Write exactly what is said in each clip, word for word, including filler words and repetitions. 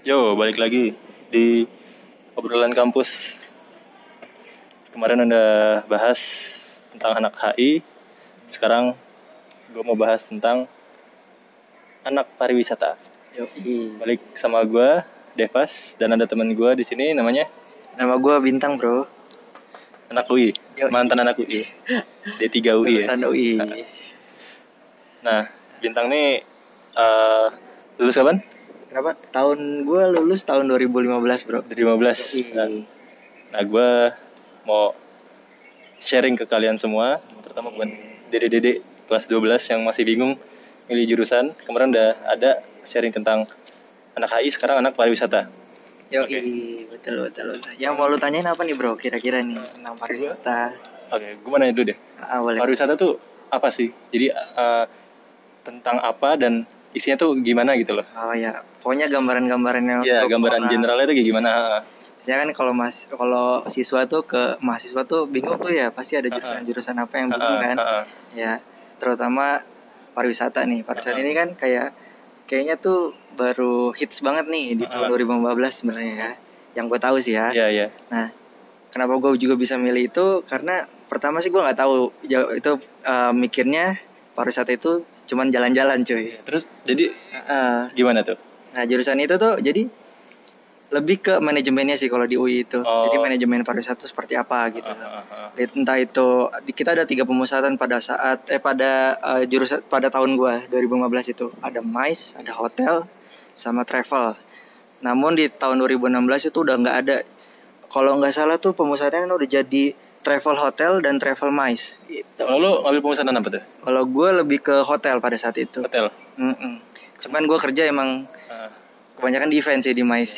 Yo, balik lagi di obrolan kampus. Kemarin udah bahas tentang anak H I. Sekarang gue mau bahas tentang anak pariwisata. Yoi. Balik sama gue, Devas, dan ada teman gue di sini namanya Nama gue Bintang, bro. anak U I, Yoi. mantan anak U I, D tiga U I ya. Lulusan U I. Nah, Bintang nih uh, lulus kapan? Kenapa? Tahun gue lulus tahun dua ribu lima belas, bro. dua ribu lima belas. Nah, nah gue mau sharing ke kalian semua, terutama buat dede-dede kelas dua belas yang masih bingung milih jurusan. Kemarin udah ada sharing tentang anak H I, sekarang anak pariwisata. Yoi, okay. betul, betul betul. Yang mau lu tanyain apa nih, bro? Kira-kira nih tentang pariwisata. Oke, okay, gue mau nanya dulu deh. Ah, boleh. Pariwisata tuh apa sih? Jadi uh, tentang apa dan isinya tuh gimana gitu loh? Oh ya, pokoknya gambaran-gambarannya. Iya, gambaran generalnya tuh kayak gimana? Biasanya kan kalau mas, kalau siswa tuh ke mahasiswa tuh bingung tuh ya, pasti ada jurusan-jurusan apa yang bingung kan? Ya, terutama pariwisata nih. Pariwisata ini kan kayak kayaknya tuh baru hits banget nih di tahun dua ribu lima belas sebenarnya ya. Yang gue tahu sih ya. Iya, iya. Nah, kenapa gue juga bisa milih itu? Karena pertama sih gue nggak tahu itu uh, mikirnya pariwisata itu cuman jalan-jalan, cuy. Terus jadi uh, gimana tuh? Nah, jurusan itu tuh jadi lebih ke manajemennya sih kalau di U I itu. Oh. Jadi manajemen pariwisata seperti apa gitu. Uh, uh, uh. Entah itu kita ada tiga pemusatan pada saat eh pada uh, jurusan pada tahun gua dua ribu lima belas itu. Ada MICE, ada hotel, sama travel. Namun di tahun dua ribu enam belas itu udah nggak ada. Kalau nggak salah tuh pemusatannya udah jadi travel hotel dan travel MICE. Gitu. Kalau lu ngambil pemusatan apa tuh? Kalau gua lebih ke hotel pada saat itu. Hotel. Mm-mm. Cuman gua kerja emang uh. kebanyakan di event sih di MICE.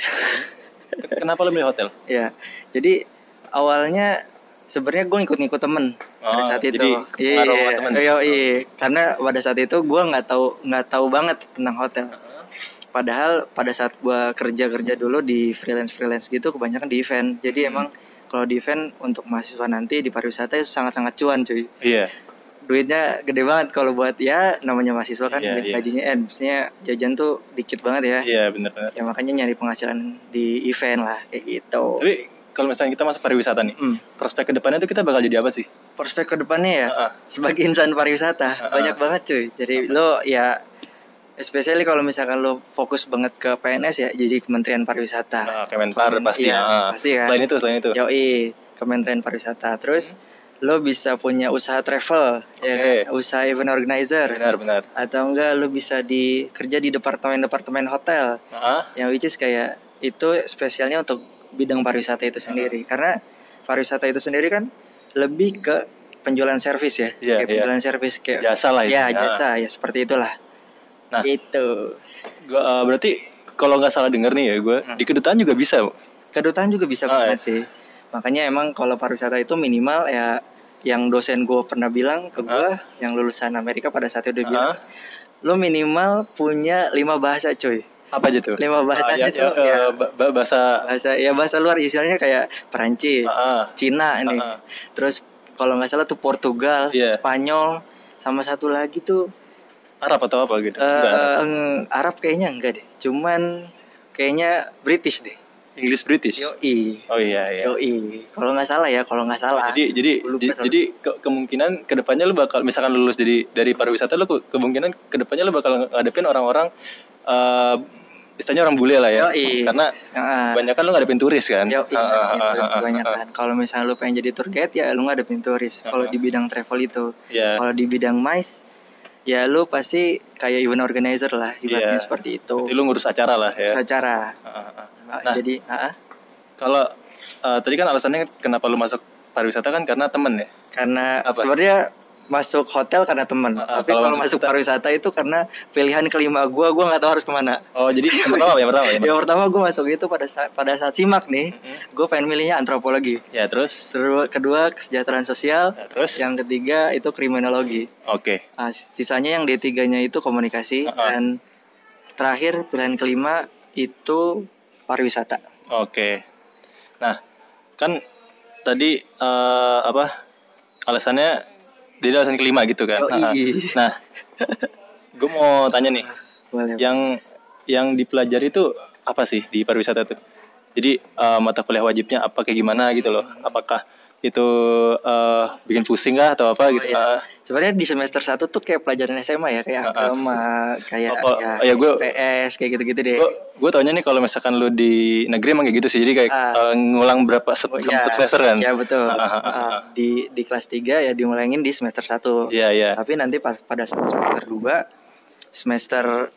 Kenapa lo milih hotel? Ya, jadi awalnya sebenarnya gue ngikut-ngikut temen oh, pada saat itu. Jadi iya, iya, iya. Karena pada saat itu gue nggak tahu nggak tahu banget tentang hotel. Uh-huh. Padahal pada saat gue kerja-kerja dulu di freelance-freelance gitu, kebanyakan di event. Jadi hmm. emang kalau di event untuk mahasiswa nanti di pariwisata itu sangat-sangat cuan, cuy. Iya. Yeah. Duitnya gede banget kalau buat ya namanya mahasiswa kan yeah, gajinya yeah. eh maksudnya jajan tuh dikit banget ya. Iya yeah, benar-benar. Ya makanya nyari penghasilan di event lah kayak gitu. Tapi kalau misalnya kita masuk pariwisata nih, mm. prospek kedepannya tuh kita bakal jadi apa sih? Prospek kedepannya ya uh-uh. sebagai insan pariwisata uh-uh. banyak banget cuy. Jadi uh-uh. lo ya especially kalau misalkan lo fokus banget ke P N S ya jadi Kementerian Pariwisata. Nah, Kemenpar pasti ya. Iya, pasti kan. Selain itu, selain itu. Yoi, Kementerian Pariwisata. Terus hmm. lo bisa punya usaha travel, okay. ya, usaha event organizer, benar benar. Atau enggak lo bisa di kerja di departemen-departemen hotel, uh-huh. yang which is kayak itu spesialnya untuk bidang pariwisata itu sendiri, uh-huh. karena pariwisata itu sendiri kan lebih ke penjualan servis ya, yeah, kayak yeah. penjualan servis kayak jasa lah ya, ya jasa ya seperti itulah. Nah itu, gua, uh, berarti kalau nggak salah denger nih ya gue hmm. di kedutaan juga bisa, kedutaan juga bisa oh, banget ya. sih. Makanya emang kalau pariwisata itu minimal ya yang dosen gue pernah bilang ke gue huh? yang lulusan Amerika pada saat itu dia huh? bilang lo minimal punya lima bahasa cuy. Apa aja tuh? Lima bahasanya uh, ya, tuh ya, ya, uh, bahasa bahasa ya bahasa luar istilahnya kayak Perancis, uh-uh. Cina ini. Uh-uh. Terus kalau nggak salah tuh Portugal, yeah. Spanyol, sama satu lagi tuh Arab atau apa gitu? Uh, Arab. Arab kayaknya enggak deh. Cuman kayaknya British deh. English British. Yoi. Oh iya iya. Yoi. Kalau nggak salah ya, kalau nggak salah. Oh, jadi jadi j- jadi ke- kemungkinan kedepannya lu bakal misalkan lulus dari dari pariwisata lu ke- kemungkinan kedepannya lu bakal ngadepin orang-orang uh, istilahnya orang bule lah ya. Yoi. Karena uh, banyak kan lu ngadepin turis kan. Yoi. Uh, uh, uh, banyak kan. Kalau misalnya lu pengen jadi tour guide ya lu ngadepin turis. Uh, Kalau di bidang travel itu. Yeah. Kalau di bidang MICE ya lu pasti kayak event organizer lah, ibaratnya yeah. seperti itu. Jadi lu ngurus acara lah ya. Ngurus acara. Uh, uh. Nah, jadi, uh-uh. kalau uh, tadi kan alasannya kenapa lu masuk pariwisata kan karena temen ya? Karena sebenarnya masuk hotel karena teman. Uh, Tapi kalau, kalau masuk pariwisata itu karena pilihan kelima gue, gue nggak tahu harus kemana. Oh jadi yang pertama yang pertama. Yang pertama gue masuk itu pada saat pada saat simak nih, mm-hmm. gue pengen milihnya antropologi. Ya terus. Terus kedua kesejahteraan sosial. Ya, terus. Yang ketiga itu kriminologi. Oke. Okay. Nah, sisanya yang D tiga-nya itu komunikasi uh-uh. dan terakhir pilihan kelima itu pariwisata. Oke. Okay. Nah, kan tadi uh, apa alasannya jadi alasan kelima gitu kan. Oh, nah, nah gue mau tanya nih, boleh, yang yang dipelajari itu apa sih di pariwisata tuh? Jadi uh, mata kuliah wajibnya apa kayak gimana gitu loh? Apakah itu uh, bikin pusing kah atau apa oh, gitu? Iya. Uh, Sebenarnya di semester satu tuh kayak pelajaran S M A ya, kayak uh, agama, kayak oh, ya, ya, gue, P S kayak gitu-gitu deh. Gue taunya nih kalau misalkan lu di negeri emang kayak gitu sih. Jadi kayak uh, uh, ngulang berapa se- oh, ya, semester kan? Ya betul. Uh, uh, uh, uh. Di di kelas tiga ya diulangin di semester satu. Iya, yeah, iya. Yeah. Tapi nanti pas pada semester dua, semester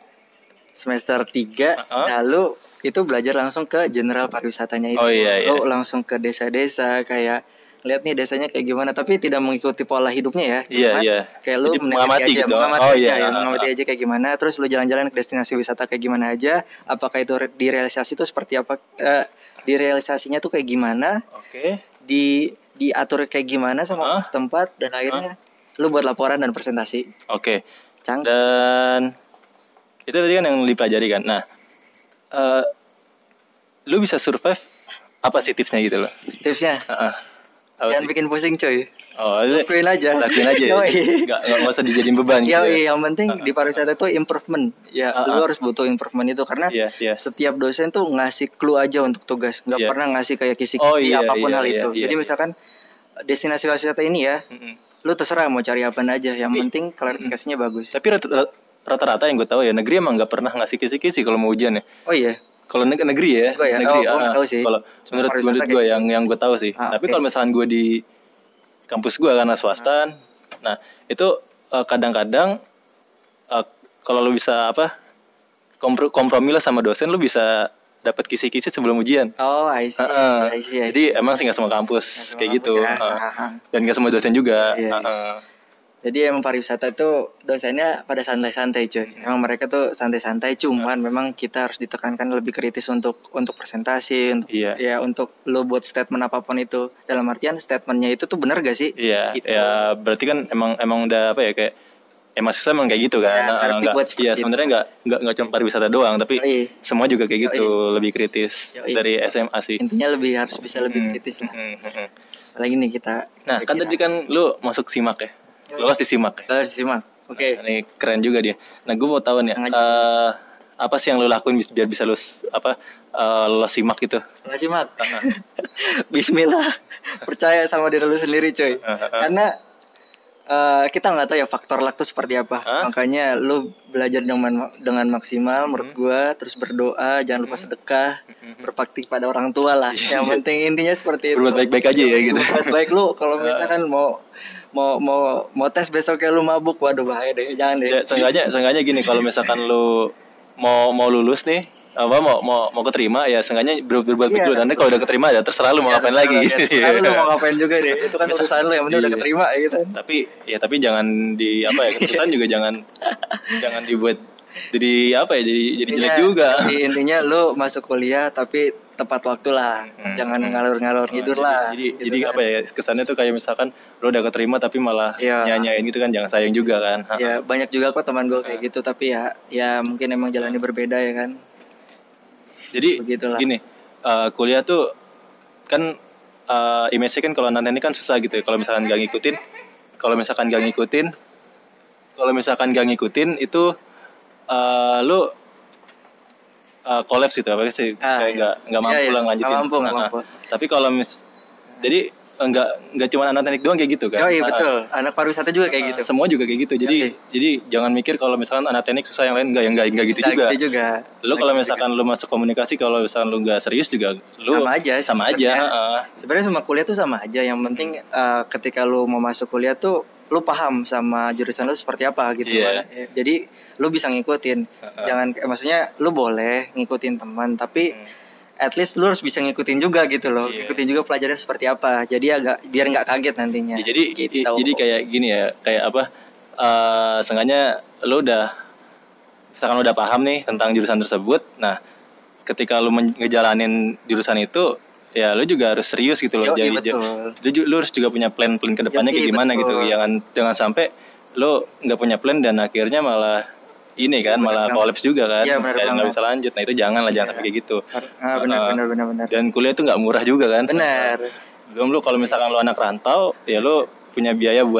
semester tiga uh-huh. lalu itu belajar langsung ke general pariwisatanya itu. Oh, iya, iya. Lo langsung ke desa-desa kayak lihat nih desanya kayak gimana, tapi tidak mengikuti pola hidupnya ya. Iya, yeah, iya. Yeah. Kayak lu mengamati aja, gitu. mengamati oh, aja, iya. ya, mengamati aja kayak gimana, terus lu jalan-jalan ke destinasi wisata kayak gimana aja, apakah itu direalisasi itu seperti apa, uh, direalisasinya tuh kayak gimana? Oke. Okay. Di diatur kayak gimana sama uh-huh. setempat dan akhirnya uh-huh. lu buat laporan dan presentasi. Oke. Okay. Dan itu tadi kan yang dipelajari kan. Nah, uh, lu bisa survive apa sih tipsnya gitu loh? Tipsnya? Uh-uh. Jangan bikin pusing coy. Oh, lakuin aja. Lakuin aja. Gak, gak usah dijadiin beban gitu. Ya, ya. Yang penting uh-uh. di pariwisata itu improvement. Ya, uh-uh. lu harus butuh improvement itu karena yeah, yeah. setiap dosen tuh ngasih clue aja untuk tugas. Gak yeah. pernah ngasih kayak kisi-kisi oh, iya, apapun iya, hal iya, itu. iya, Jadi iya. misalkan destinasi wisata ini ya, mm-hmm. lu terserah mau cari apa aja. Yang tapi, penting klarifikasinya mm-hmm. bagus. Tapi rata-rata yang gue tahu ya negeri emang nggak pernah ngasih kisi-kisi kalau mau ujian ya. Oh iya. Kalau negeri ya, ya? negeri. Oh, ah, tahu sih. Kalau menurut menurut gue yang yang gue tahu sih. Ah, Tapi okay. kalau misalkan gue di kampus gue karena swasta, ah. nah itu uh, kadang-kadang uh, kalau lu bisa apa kompro- kompromi lah sama dosen, lu bisa dapat kisi-kisi sebelum ujian. Oh, I see. Uh-uh. I see, I see. Jadi emang sih nggak semua kampus gak kayak semua gitu. Kampus, ya. uh. uh-huh. Dan nggak semua dosen juga. Iya, iya. Uh-uh. Jadi emang pariwisata itu dosennya pada santai-santai cuy. Emang mereka tuh santai-santai, cuman uh. memang kita harus ditekankan lebih kritis untuk untuk presentasi, untuk iya. ya untuk lo buat statement apapun itu. Dalam artian statementnya itu tuh benar gak sih? Iya. Gitu. Ya berarti kan emang emang udah apa ya kayak ya mahasiswa emang kayak gitu kan. Ya, nah, harus enggak, dibuat seperti ya sebenarnya nggak nggak nggak cuma pariwisata doang, tapi Yoi. semua juga kayak gitu. Yoi. Lebih kritis Yoi. dari S M A sih. Intinya lebih harus bisa lebih hmm. kritis lah. Hmm. Hmm. Apalagi nih kita. Nah kan tadi kan lu masuk SIMAK ya. Lolos di SIMAK ya? Lolos di SIMAK, oke. Okay. Nah, ini keren juga dia. Nah gue mau tahu nih, uh, apa sih yang lo lakuin biar bisa lulus apa uh, lolos SIMAK gitu? Lolos SIMAK. Bismillah, percaya sama diri lu sendiri coy. Karena uh, kita nggak tahu ya faktor luck tuh seperti apa. Huh? Makanya lu belajar dengan dengan maksimal, hmm. menurut gue. Terus berdoa, jangan lupa sedekah, hmm. berbakti pada orang tua lah. Yang penting intinya seperti itu. Berbuat baik-baik aja ya gitu. Berbuat baik lu. Kalau misalkan mau mau mau mau tes besoknya lu mabuk, waduh bahaya deh, jangan deh. Ya, seenggaknya seenggaknya gini, kalau misalkan lu mau mau lulus nih, apa mau mau mau keterima ya seenggaknya ber, berbuat baik dulu. Nanti kalau udah keterima ya terserah lu mau ya, ngapain lagi. Ya, terserah lu mau ngapain juga deh. Itu kan urusan lu, yang penting udah keterima ya gitu. Tapi ya tapi jangan di apa ya, keputusan juga jangan jangan dibuat jadi apa ya, jadi jadi jelek juga. Intinya lu masuk kuliah tapi tepat waktu lah, hmm, jangan hmm. ngalur-ngalur tidur oh, lah. Jadi, gitu jadi kan. apa ya, kesannya tuh kayak misalkan lo udah keterima tapi malah ya. nyanyain gitu kan, jangan sayang juga kan. Ya banyak juga kok teman gue kayak gitu, tapi ya ya mungkin emang jalannya berbeda ya kan. Jadi begitulah. Gini, uh, kuliah tuh kan uh, image-nya kan kalau anak ini kan susah gitu ya. Kalau misalkan gak ngikutin, kalau misalkan gak ngikutin, kalau misalkan gak ngikutin itu uh, lo Uh, kolaps gitu apa sih ah, kayak nggak iya. nggak mampu iya, iya. lah lanjutin. Nggak mampu, nggak nah, mampu. Tapi kalau mis, jadi nggak nggak cuma anak teknik doang kayak gitu kan? Oh iya nah, betul. Anak pariwisata juga kayak uh, gitu. Semua juga kayak gitu. Jadi okay. jadi jangan mikir kalau misalkan anak teknik susah yang lain nggak, yang nggak nggak gitu nggak juga. Gitu juga. Lo kalau misalkan lo masuk komunikasi, kalau misalkan lo nggak serius juga, lo sama aja. Sama aja. Uh, Sebenarnya semua kuliah tuh sama aja. Yang penting uh, ketika lo mau masuk kuliah tuh lu paham sama jurusan lu seperti apa gitu yeah. kan. Jadi lu bisa ngikutin. Uh-huh. Jangan eh, maksudnya lu boleh ngikutin teman, tapi hmm. at least lu harus bisa ngikutin juga gitu loh. Yeah. Ngikutin juga pelajaran seperti apa. Jadi agak biar enggak kaget nantinya. Ya, jadi gitu. Jadi kayak gini ya, kayak apa? Uh, seenggaknya lu udah misalkan lu udah paham nih tentang jurusan tersebut. Nah, ketika lu ngejalanin jurusan itu, ya lu juga harus serius gitu loh. Jadi lu, lu harus juga punya plan-plan ke depannya kayak gimana betul. Gitu. Jangan jangan sampai lu enggak punya plan dan akhirnya malah ini kan, ya, malah kolaps juga kan. Ya, kayak enggak bisa lanjut. Nah, itu jangan lah, jangan ya. Sampai kayak gitu. Ah, benar, uh, benar, benar, benar. Dan kuliah itu enggak murah juga kan. Benar. Belum lu kalau misalkan lu anak rantau, ya lu punya biaya buat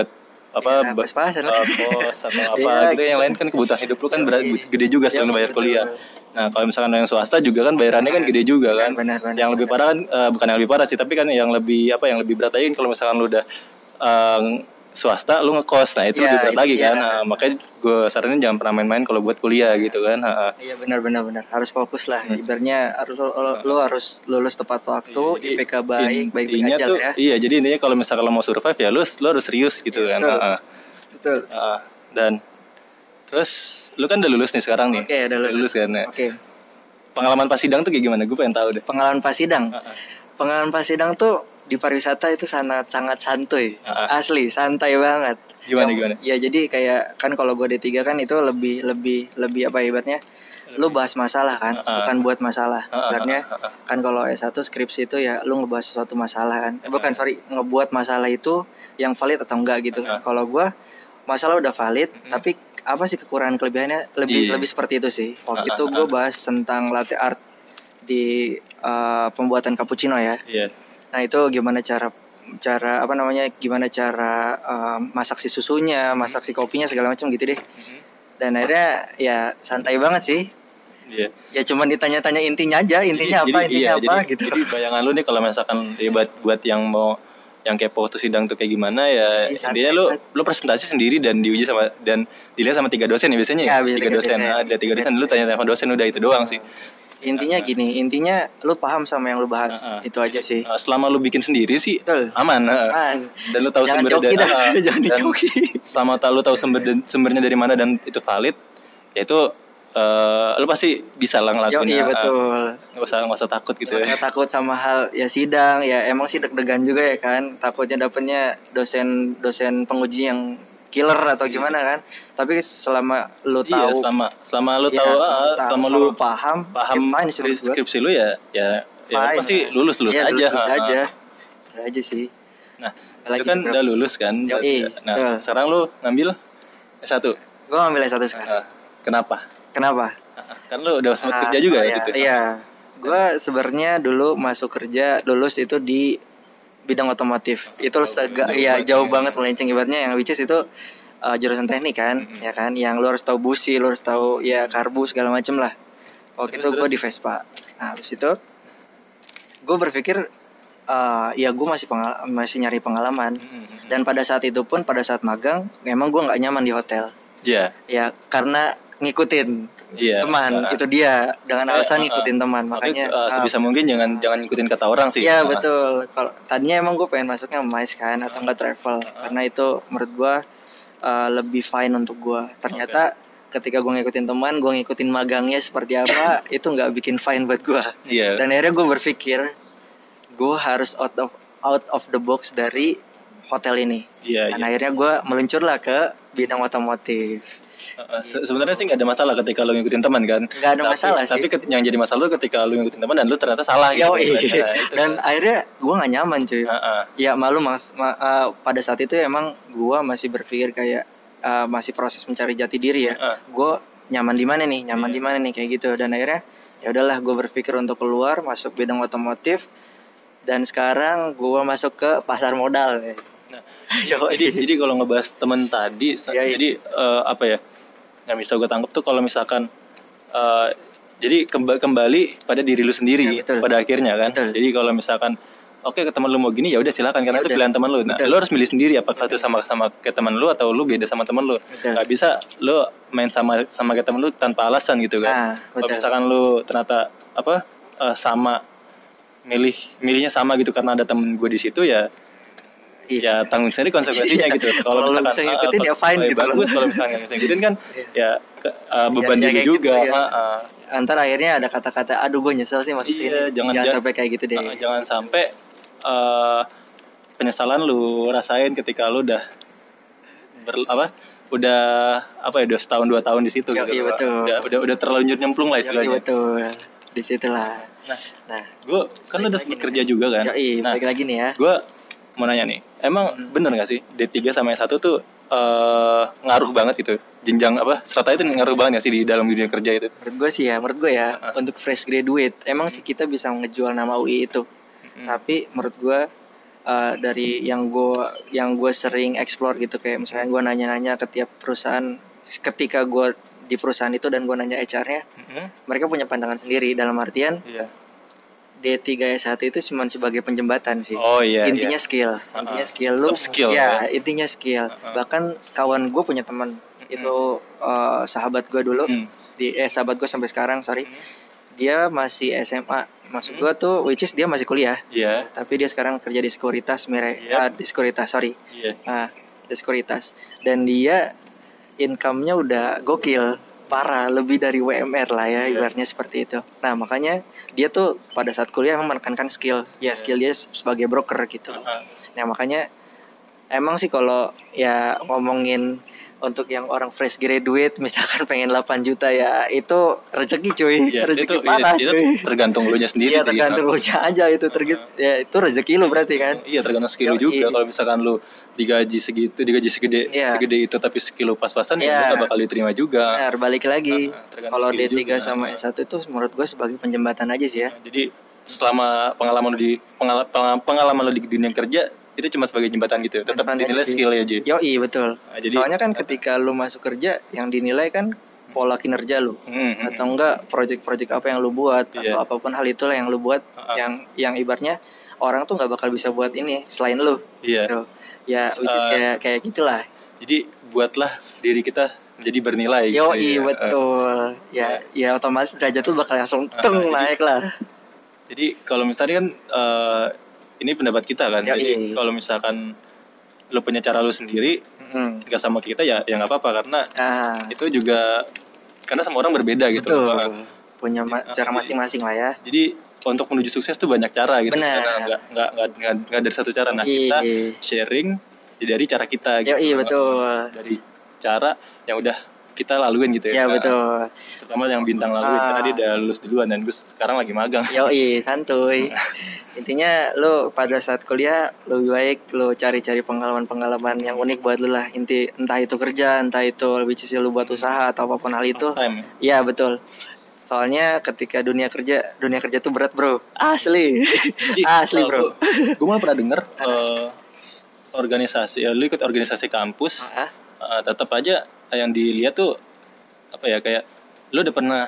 apa ya, pas-pasan uh, kos atau apa gitu. Yang lain kan kebutuhan hidup lu kan berat, gede juga selain bayar kuliah. Nah kalau misalkan yang swasta juga kan bayarannya kan gede juga kan. Benar, benar, yang lebih parah kan uh, bukan yang lebih parah sih, tapi kan yang lebih apa yang lebih berat lagi kalau misalkan lu udah uh, swasta lu ngekos, nah itu ya, lebih berat lagi ya, kan. Nah, makanya gue saranin jangan pernah main-main kalau buat kuliah gitu kan. Iya benar-benar benar harus fokus lah. Hmm. Ibaratnya harus lo, lo harus lulus tepat waktu, I, I P K baik, baik-baik aja tuh, ya. Iya, jadi intinya kalau misalkan lo mau survive ya lu lo harus serius gitu ya, kan. Betul. Uh, betul. Uh, dan terus lu kan udah lulus nih sekarang nih. Oke, okay, udah lulus, lulus kan. Ya. Oke. Okay. Pengalaman pas sidang tuh kayak gimana? Gue pengen tahu deh. Pengalaman pas sidang. Uh-uh. Pengalaman pas sidang tuh di pariwisata itu sangat sangat santuy. Uh-uh. Asli, santai banget. Gimana Yang, gimana? Ya jadi kayak kan kalau gue D tiga kan itu lebih lebih lebih apa ibaratnya? Lu bahas masalah kan, uh-uh. bukan buat masalah. Uh-uh. Ibaratnya uh-uh. kan kalau S satu skripsi itu ya lu ngebahas sesuatu masalah kan. Eh, bukan sorry, ngebuat masalah itu yang valid atau enggak gitu. Uh-uh. Kalau gue masalah udah valid, uh-uh. tapi apa sih kekurangan kelebihannya lebih yeah. lebih seperti itu sih. Waktu uh-uh. itu gue bahas tentang latte art di uh, pembuatan cappuccino ya. Yeah. Nah itu gimana cara cara apa namanya gimana cara uh, masak si susunya, masak si kopinya segala macam gitu deh. Mm-hmm. Dan akhirnya ya santai banget sih. Iya. Yeah. Ya cuman ditanya-tanya intinya aja, intinya jadi, apa, jadi, intinya iya, apa jadi, gitu. Jadi bayangan lu nih kalau misalkan ya buat buat yang mau yang kepo waktu sidang tuh kayak gimana ya, ya intinya lu lu presentasi sendiri dan diuji sama dan dilihat sama tiga dosen ya biasanya ya, ya tiga dosen, dosen. Ada tiga dosen, lu tanya sama dosen udah itu doang sih. Intinya gini, intinya lu paham sama yang lu bahas, uh, uh. itu aja sih. Uh, selama lu bikin sendiri sih, betul. Aman. Uh. Aman. Dan lu tahu sumbernya dari mana. Uh, jangan dicoki. Selama tahu lu tahu sumber sumbernya dari mana dan itu valid, ya itu uh, lu pasti bisa lah ngelakuin. Iya betul. Nggak usah nggak usah takut gitu. Nggak ya. Takut sama hal ya sidang, ya emang sih deg-degan juga ya kan. Takutnya dapetnya dosen dosen penguji yang killer atau gimana kan, tapi selama lu tahu, iya, sama selama lu ya, tahu, uh, selama lu paham, paham ya, skripsi lu ya, ya, ya pasti lulus lulus ya, aja, lulus aja, itu aja sih. Nah, itu kan udah lulus kan, Yo, iya, nah betul. Sekarang lu ngambil S satu. Gue ngambil S satu sekarang. Uh, kenapa? Kenapa? Uh, kan lu udah sempat uh, kerja juga oh, ya, gitu. Iya, gue sebenarnya dulu masuk kerja lulus itu di bidang otomotif. Itu oh, agak ya jauh ya. banget melenceng ibaratnya yang which is itu uh, jurusan teknik kan, mm-hmm. ya kan, yang lu harus tahu busi, lu harus tahu ya karbu segala macem lah. Waktu terus, itu gue di Vespa. Nah, habis itu gue berpikir uh, ya gue masih pengal- masih nyari pengalaman. Mm-hmm. Dan pada saat itu pun pada saat magang, memang gue nggak nyaman di hotel. Iya. Ya Yeah. karena ngikutin yeah. teman, uh, itu dia dengan alasan ngikutin uh, teman, makanya uh, sebisa uh, mungkin jangan jangan ngikutin kata orang sih. Iya uh. betul. Kalau tadinya emang gue pengen masuknya mais kan atau enggak travel, uh. karena itu menurut gue uh, lebih fine untuk gue. Ternyata okay. ketika gue ngikutin teman, gue ngikutin magangnya seperti apa, itu nggak bikin fine buat gue. Yeah. Dan akhirnya gue berpikir gue harus out of out of the box dari hotel ini. Yeah, Dan yeah. akhirnya gue meluncurlah ke bidang otomotif. Uh, se- sebenarnya sih nggak ada masalah ketika lu ngikutin teman kan. Nggak ada tapi, masalah sih. Tapi ke- yang jadi masalah lu ketika lu ngikutin teman dan lu ternyata salah gitu. Iya. Nah, dan kan. akhirnya gue nggak nyaman cuy. Uh-uh. Ya malu mas. Ma- uh, pada saat itu emang gue masih berpikir kayak uh, masih proses mencari jati diri ya. Uh-uh. Gue nyaman di mana nih? Nyaman yeah. di mana nih kayak gitu. Dan akhirnya ya udahlah gue berpikir untuk keluar masuk bidang otomotif. Dan sekarang gue masuk ke pasar modal. Ya. Nah, jadi jadi kalau ngebahas teman tadi, ya, jadi uh, apa ya? Yang bisa gue tangkap tuh kalau misalkan uh, jadi kemb- kembali pada diri lu sendiri ya, pada akhirnya kan. Betul. Jadi kalau misalkan oke okay, ke teman lu mau gini ya udah silakan karena ya, itu pilihan teman lu. Nah, betul. Lu harus milih sendiri apakah itu sama sama ke teman lu atau lu beda sama teman lu. Betul. Gak bisa lu main sama sama ke teman lu tanpa alasan gitu kan. Nah, kalau misalkan lu ternyata apa uh, sama milih milihnya sama gitu karena ada temen gue di situ ya. Ya tanggung sendiri konsekuensinya gitu. Kalau misalkan bisa ngikutin uh, ya fine gitu. Bagus kalau misalnya nggak bisa ngikutin kan ya uh, beban ya, diri ya, juga. Gitu, ya. uh, uh. Antar akhirnya ada kata-kata, aduh gue nyesel sih masuk iya, sini. Jangan, jangan sampai kayak gitu deh. Uh, jangan sampai uh, penyesalan lu rasain ketika lu udah ber, apa udah apa ya udah setahun dua tahun di situ. Yo, gitu. Iya betul. Udah udah udah terlanjur nyemplung lah istilahnya. Iya betul. Di situlah. Nah, nah gue kan lu udah sempat kerja juga kan. Yo, iya, nah, balik lagi nih ya. Gue mau nanya nih, emang hmm. bener gak sih D tiga sama S satu tuh uh, ngaruh banget gitu? Jenjang apa, serta itu ngaruh banget gak sih di dalam dunia kerja itu? Menurut gue sih ya, menurut gue ya, uh-huh. untuk fresh graduate, emang sih kita bisa ngejual nama U I itu. Uh-huh. Tapi menurut gue, uh, dari yang gue yang gue sering explore gitu, kayak misalnya gue nanya-nanya ke tiap perusahaan ketika gue di perusahaan itu dan gue nanya H R-nya, mm-hmm. mereka punya pandangan sendiri dalam artian yeah. D tiga S satu itu cuma sebagai penjembatan sih. Oh iya. Intinya iya. skill, uh-huh. intinya skill lu. Skill, ya, ya, intinya skill. Uh-huh. Bahkan kawan gue punya teman uh-huh. itu uh, sahabat gue dulu, uh-huh. di eh sahabat gue sampai sekarang, sorry. Uh-huh. Dia masih S M A. Maksud uh-huh. gue tuh which is dia masih kuliah. Iya. Yeah. Tapi dia sekarang kerja di sekuritas, mere yep. uh, di sekuritas, sorry. Iya. Yeah. Nah, di sekuritas. Dan dia income-nya udah gokil. Parah, lebih dari W M R lah ya, yeah. ibaratnya seperti itu. Nah makanya dia tuh pada saat kuliah emang menekankan skill, ya yeah. skill dia sebagai broker gitu. Uh-huh. Nah makanya emang sih kalau ya ngomongin untuk yang orang fresh graduate misalkan pengen delapan juta ya itu rezeki cuy, ya, rezeki itu, parah itu, cuy. Itu tergantung lu nya sendiri. Iya tergantung lu nya aja itu tergit, uh-huh. ya itu rezeki lu berarti kan. Iya tergantung skill lu juga. Kalau misalkan lu digaji segitu, digaji segede yeah. segede itu tapi skill lu pas-pasan yeah. ya lu gak bakal diterima juga. Benar, balik lagi. Uh, kalau D tiga juga. Sama S satu itu menurut gue sebagai penjembatan aja sih ya. Uh, jadi selama pengalaman lu di pengalaman pengalaman lu di dunia kerja itu cuma sebagai jembatan gitu, tetap dinilai skill ya Ji. Yoi betul. Nah, jadi, soalnya kan ketika lu masuk kerja yang dinilai kan pola kinerja lu, hmm, atau hmm. enggak project-project apa yang lu buat yeah. atau apapun hal itulah yang lu buat, uh-huh. yang yang ibaratnya orang tuh nggak bakal bisa buat ini selain lu. Iya. Gitu. Ya, which is uh, kayak kayak gitulah. Jadi buatlah diri kita menjadi bernilai. Yoi gitu, betul. Uh, ya, ya otomatis derajat tuh bakal langsung teng uh, naik jadi, lah. Jadi kalau misalnya kan uh, ini pendapat kita kan, ya, jadi iya. kalau misalkan lu punya cara lu sendiri, mm. gak sama kita ya, ya nggak apa-apa karena ah. itu juga karena semua orang berbeda gitu. Betul. Punya ma- jadi, cara masing-masing lah ya. Jadi untuk menuju sukses tuh banyak cara gitu. Benar. Karena nggak nggak nggak nggak dari satu cara. Nah iya. kita sharing dari cara kita. Gitu. Iya betul. Dari cara yang udah kita laluin gitu Ya ya. betul. Terutama yang bintang laluin ah. karena dia udah lulus duluan dan gue sekarang lagi magang. Yoi santuy. Intinya lo pada saat kuliah lebih baik lo cari-cari pengalaman-pengalaman yang unik buat lo lah. Inti entah itu kerja, entah itu lebih cisil lo buat usaha atau apapun hal itu. Iya betul. Soalnya ketika dunia kerja, dunia kerja tuh berat bro. Asli. Jadi, asli bro. Gue malah pernah denger uh, organisasi, ya, lo ikut organisasi kampus. Uh-huh. Uh, tetap aja yang dilihat tuh apa ya kayak lu udah pernah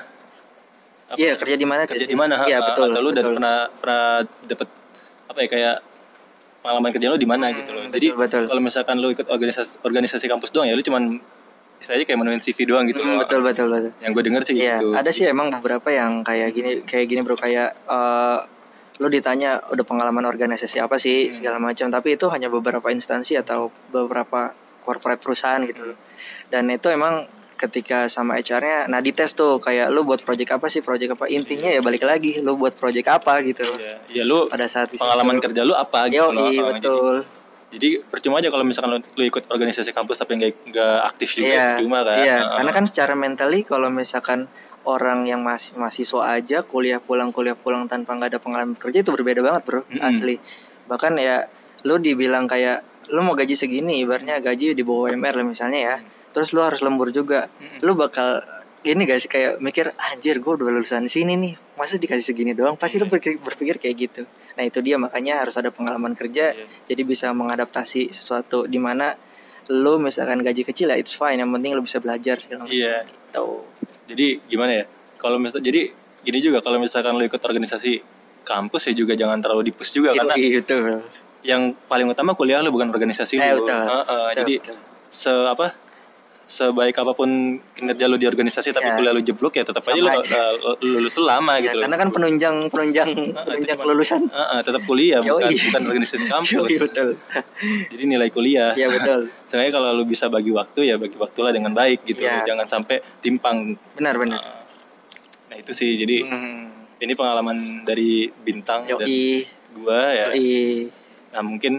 iya kerja di mana kerja di mana iya betul atau lu betul. udah pernah pernah dapet apa ya kayak pengalaman kerja lu di mana hmm, gitu loh. Jadi kalau misalkan lu ikut organisasi organisasi kampus doang ya lu cuman istilahnya kayak menuin C V doang gitu hmm, loh. Betul betul betul. Yang gue denger sih iya, gitu. Ada sih emang beberapa yang kayak gini kayak gini bro kayak uh, lu ditanya udah pengalaman organisasi apa sih hmm. segala macam tapi itu hanya beberapa instansi atau beberapa corporate perusahaan gitu loh. Dan itu emang ketika sama H R-nya nah dites tuh kayak lu buat project apa sih project apa intinya ya balik lagi lu buat project apa gitu. Iya, ya, lu pada saat pengalaman itu, kerja lu apa gitu loh. Iya betul. Jadi, jadi percuma aja kalau misalkan lu, lu ikut organisasi kampus tapi enggak enggak aktif juga iya, percuma kan. Iya, uh, karena kan secara mentally kalau misalkan orang yang masih mahasiswa aja kuliah pulang kuliah pulang tanpa enggak ada pengalaman kerja itu berbeda banget, bro. Mm-hmm. Asli. Bahkan ya lu dibilang kayak lu mau gaji segini ibaratnya gaji di bawah W M R lah misalnya ya hmm. terus lu harus lembur juga hmm. lu bakal ini guys kayak mikir anjir gue udah lulusan sini nih masa dikasih segini doang pasti hmm. lu berpikir, berpikir kayak gitu. Nah itu dia makanya harus ada pengalaman kerja yeah. jadi bisa mengadaptasi sesuatu di mana lu misalkan gaji kecil ya it's fine yang penting lu bisa belajar segala macam yeah. gitu. Jadi gimana ya kalau misal jadi gini juga kalau misalkan lu ikut organisasi kampus ya juga jangan terlalu di-push juga itu, karena itu. Yang paling utama kuliah lu bukan organisasi eh, lu. Betul. Uh, uh, betul, jadi betul. se apa sebaik apapun kinerja lu di organisasi ya. tapi kuliah lu jeblok ya tetap aja lu uh, lulus lu lama ya, gitu. Karena kan penunjang penunjang uh, penunjang kelulusan. Uh, uh, tetap kuliah bukan bukan organisasi kampus. Yoi, betul. Jadi nilai kuliah. Iya betul. Sebenarnya kalau lu bisa bagi waktu ya bagi waktulah dengan baik gitu. Ya. Jangan sampai timpang. Benar benar. Uh, nah itu sih jadi hmm. ini pengalaman dari Bintang Yoi. dan gua ya. Yoi. Nah mungkin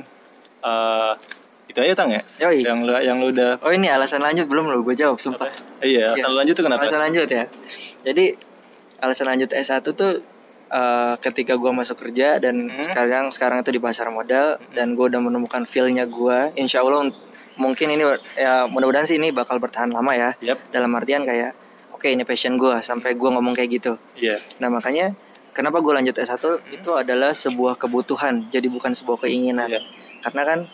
uh, itu aja Tang ya. Yoi. Yang lu yang lu udah. Oh ini alasan lanjut belum lo gue jawab sumpah. Eh, iya alasan ya. lanjut tuh kenapa? Alasan lanjut ya. Jadi alasan lanjut S satu tuh uh, ketika gue masuk kerja dan hmm. sekarang sekarang itu di pasar modal hmm. dan gue udah menemukan feel-nya gue. Insya Allah mungkin ini ya mudah-mudahan sih ini bakal bertahan lama ya. Yep. Dalam artian kayak oke okay, ini passion gue sampai gue ngomong kayak gitu. Iya. Yeah. Nah makanya kenapa gue lanjut S satu hmm. itu adalah sebuah kebutuhan, jadi bukan sebuah keinginan. Yeah. Karena kan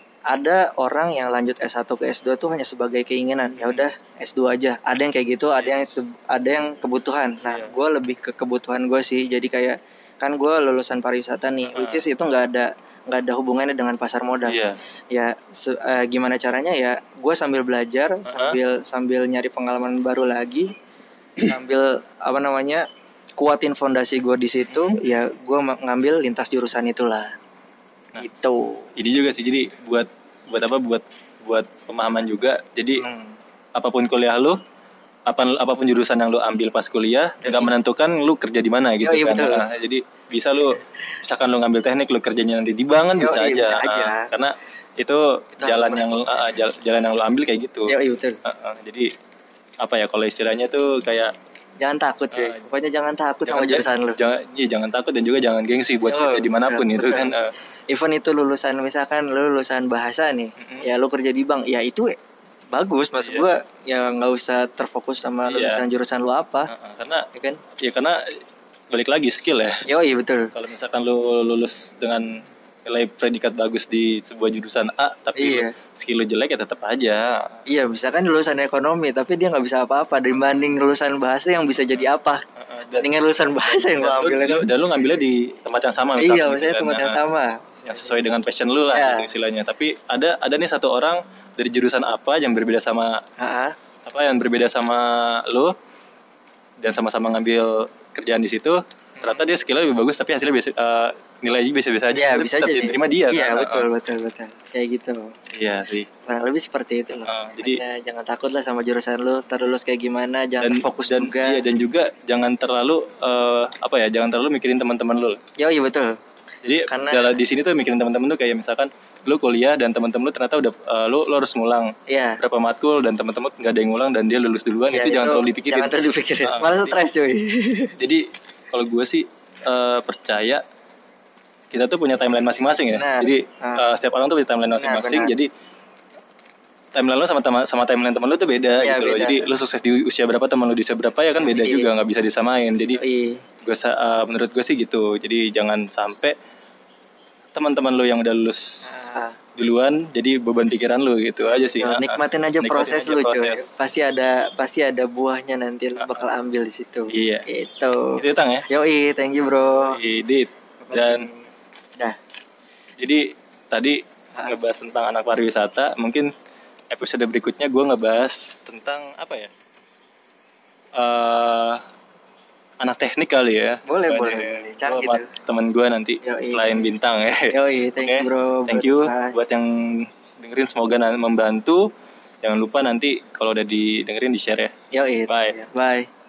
ada orang yang lanjut S satu ke S dua tuh hanya sebagai keinginan. Ya udah S dua aja. Ada yang kayak gitu, ada yang ada yang kebutuhan. Nah, yeah. gue lebih ke kebutuhan gue sih. Jadi kayak kan gue lulusan pariwisata nih, uh. which is itu nggak ada nggak ada hubungannya dengan pasar modal. Yeah. Ya se- uh, gimana caranya ya? Gue sambil belajar, uh-huh. sambil sambil nyari pengalaman baru lagi, sambil apa namanya kuatin fondasi gue di situ. Hmm. Ya gue ngambil lintas jurusan itulah. Nah, itu ini juga sih, jadi buat buat apa buat buat pemahaman juga. Jadi hmm. apapun kuliah lu, apa apapun jurusan yang lu ambil pas kuliah, nggak menentukan lu kerja di mana gitu. Yo, iya, kan. Nah, jadi bisa lu misalkan lu ngambil teknik, lu kerjanya nanti di bank kan bisa, Yo, iya, aja. bisa aja. Nah, karena itu Kita jalan yang uh, jalan yang lu ambil kayak gitu. Yo, iya, betul. Uh, uh, jadi apa ya kalau istilahnya tuh kayak jangan takut cuy. Uh, Pokoknya jangan takut jangan, sama jurusan lu. Jangan, iya jangan takut dan juga jangan gengsi buat kerja dimanapun itu kan. Uh, Even itu lulusan misalkan lu lulusan bahasa nih, mm-hmm. ya lu kerja di bank, ya itu bagus maksud yeah. gua. Ya nggak usah terfokus sama yeah. lulusan jurusan lu apa. Uh-uh, karena ya kan? Ya karena balik lagi skill ya. Yo iya betul. Kalau misalkan lu lulus dengan nilai predikat bagus di sebuah jurusan A, tapi iya. skill lu jelek ya tetap aja. Iya, misalkan lulusan ekonomi tapi dia nggak bisa apa-apa dibanding lulusan bahasa yang bisa jadi apa. Dengan lulusan bahasa yang gua ambil dan, dan lu ngambilnya di tempat yang sama misalnya. Iya, misalnya tempat yang sama. Yang sesuai dengan passion lu lah ya. Gitu istilahnya. Tapi ada ada nih satu orang dari jurusan apa yang berbeda sama uh-huh. apa yang berbeda sama lu dan sama-sama ngambil kerjaan di situ. Ternyata dia skillnya lebih bagus tapi hasilnya biasa, uh, nilainya biasa-biasa aja. Iya, bisa aja diterima dia. Iya, kan? betul, betul, betul. Kayak gitu. Iya sih. Kurang lebih seperti itu loh. Uh, jadi ya, jangan takut lah sama jurusan lu, terlulus kayak gimana, jangan dan, fokus dan, juga. Iya, dan juga jangan terlalu uh, apa ya, jangan terlalu mikirin teman-teman lu. Yo, iya betul. Jadi karena di sini tuh mikirin teman-teman tuh kayak misalkan lu kuliah dan teman-teman lu ternyata udah uh, lu, lu harus ngulang yeah. berapa matkul dan teman-teman nggak ada yang ngulang dan dia lulus duluan yeah, itu, itu jangan terlalu dipikirin. Jangan terlalu dipikirin. Uh, Malah stres cuy. Jadi kalau gue sih uh, percaya kita tuh punya timeline masing-masing ya. Nah, jadi uh, uh, setiap orang tuh punya timeline masing-masing. Nah, jadi timeline lu sama sama timeline teman lu tuh beda ya, gitu loh. Jadi lu sukses di usia berapa, teman lu di usia berapa ya kan beda iya. juga, nggak bisa disamain. Jadi gue uh, menurut gue sih gitu. Jadi jangan sampai teman-teman lu yang udah lulus ah. duluan jadi beban pikiran lu gitu aja sih. Yo, nikmatin aja nikmatin proses aja lu cuy. Pasti ada pasti ada buahnya nanti lu bakal ambil di situ. Iya. Itu. Itu Tang ya. Yoi, thank you bro. Idit. Dan dah. Jadi tadi ah. ngebahas tentang anak pariwisata, mungkin episode berikutnya gue ngebahas tentang apa ya? Uh, anak teknik kali ya. Boleh, Banyak boleh. boleh. Cari gitu. Temen gue nanti Yoi. Selain Bintang ya. Yoi, thank okay. you bro. Thank you buat yang dengerin, semoga membantu. Jangan lupa nanti kalau udah didengerin di share ya. Yoi. Bye. Bye.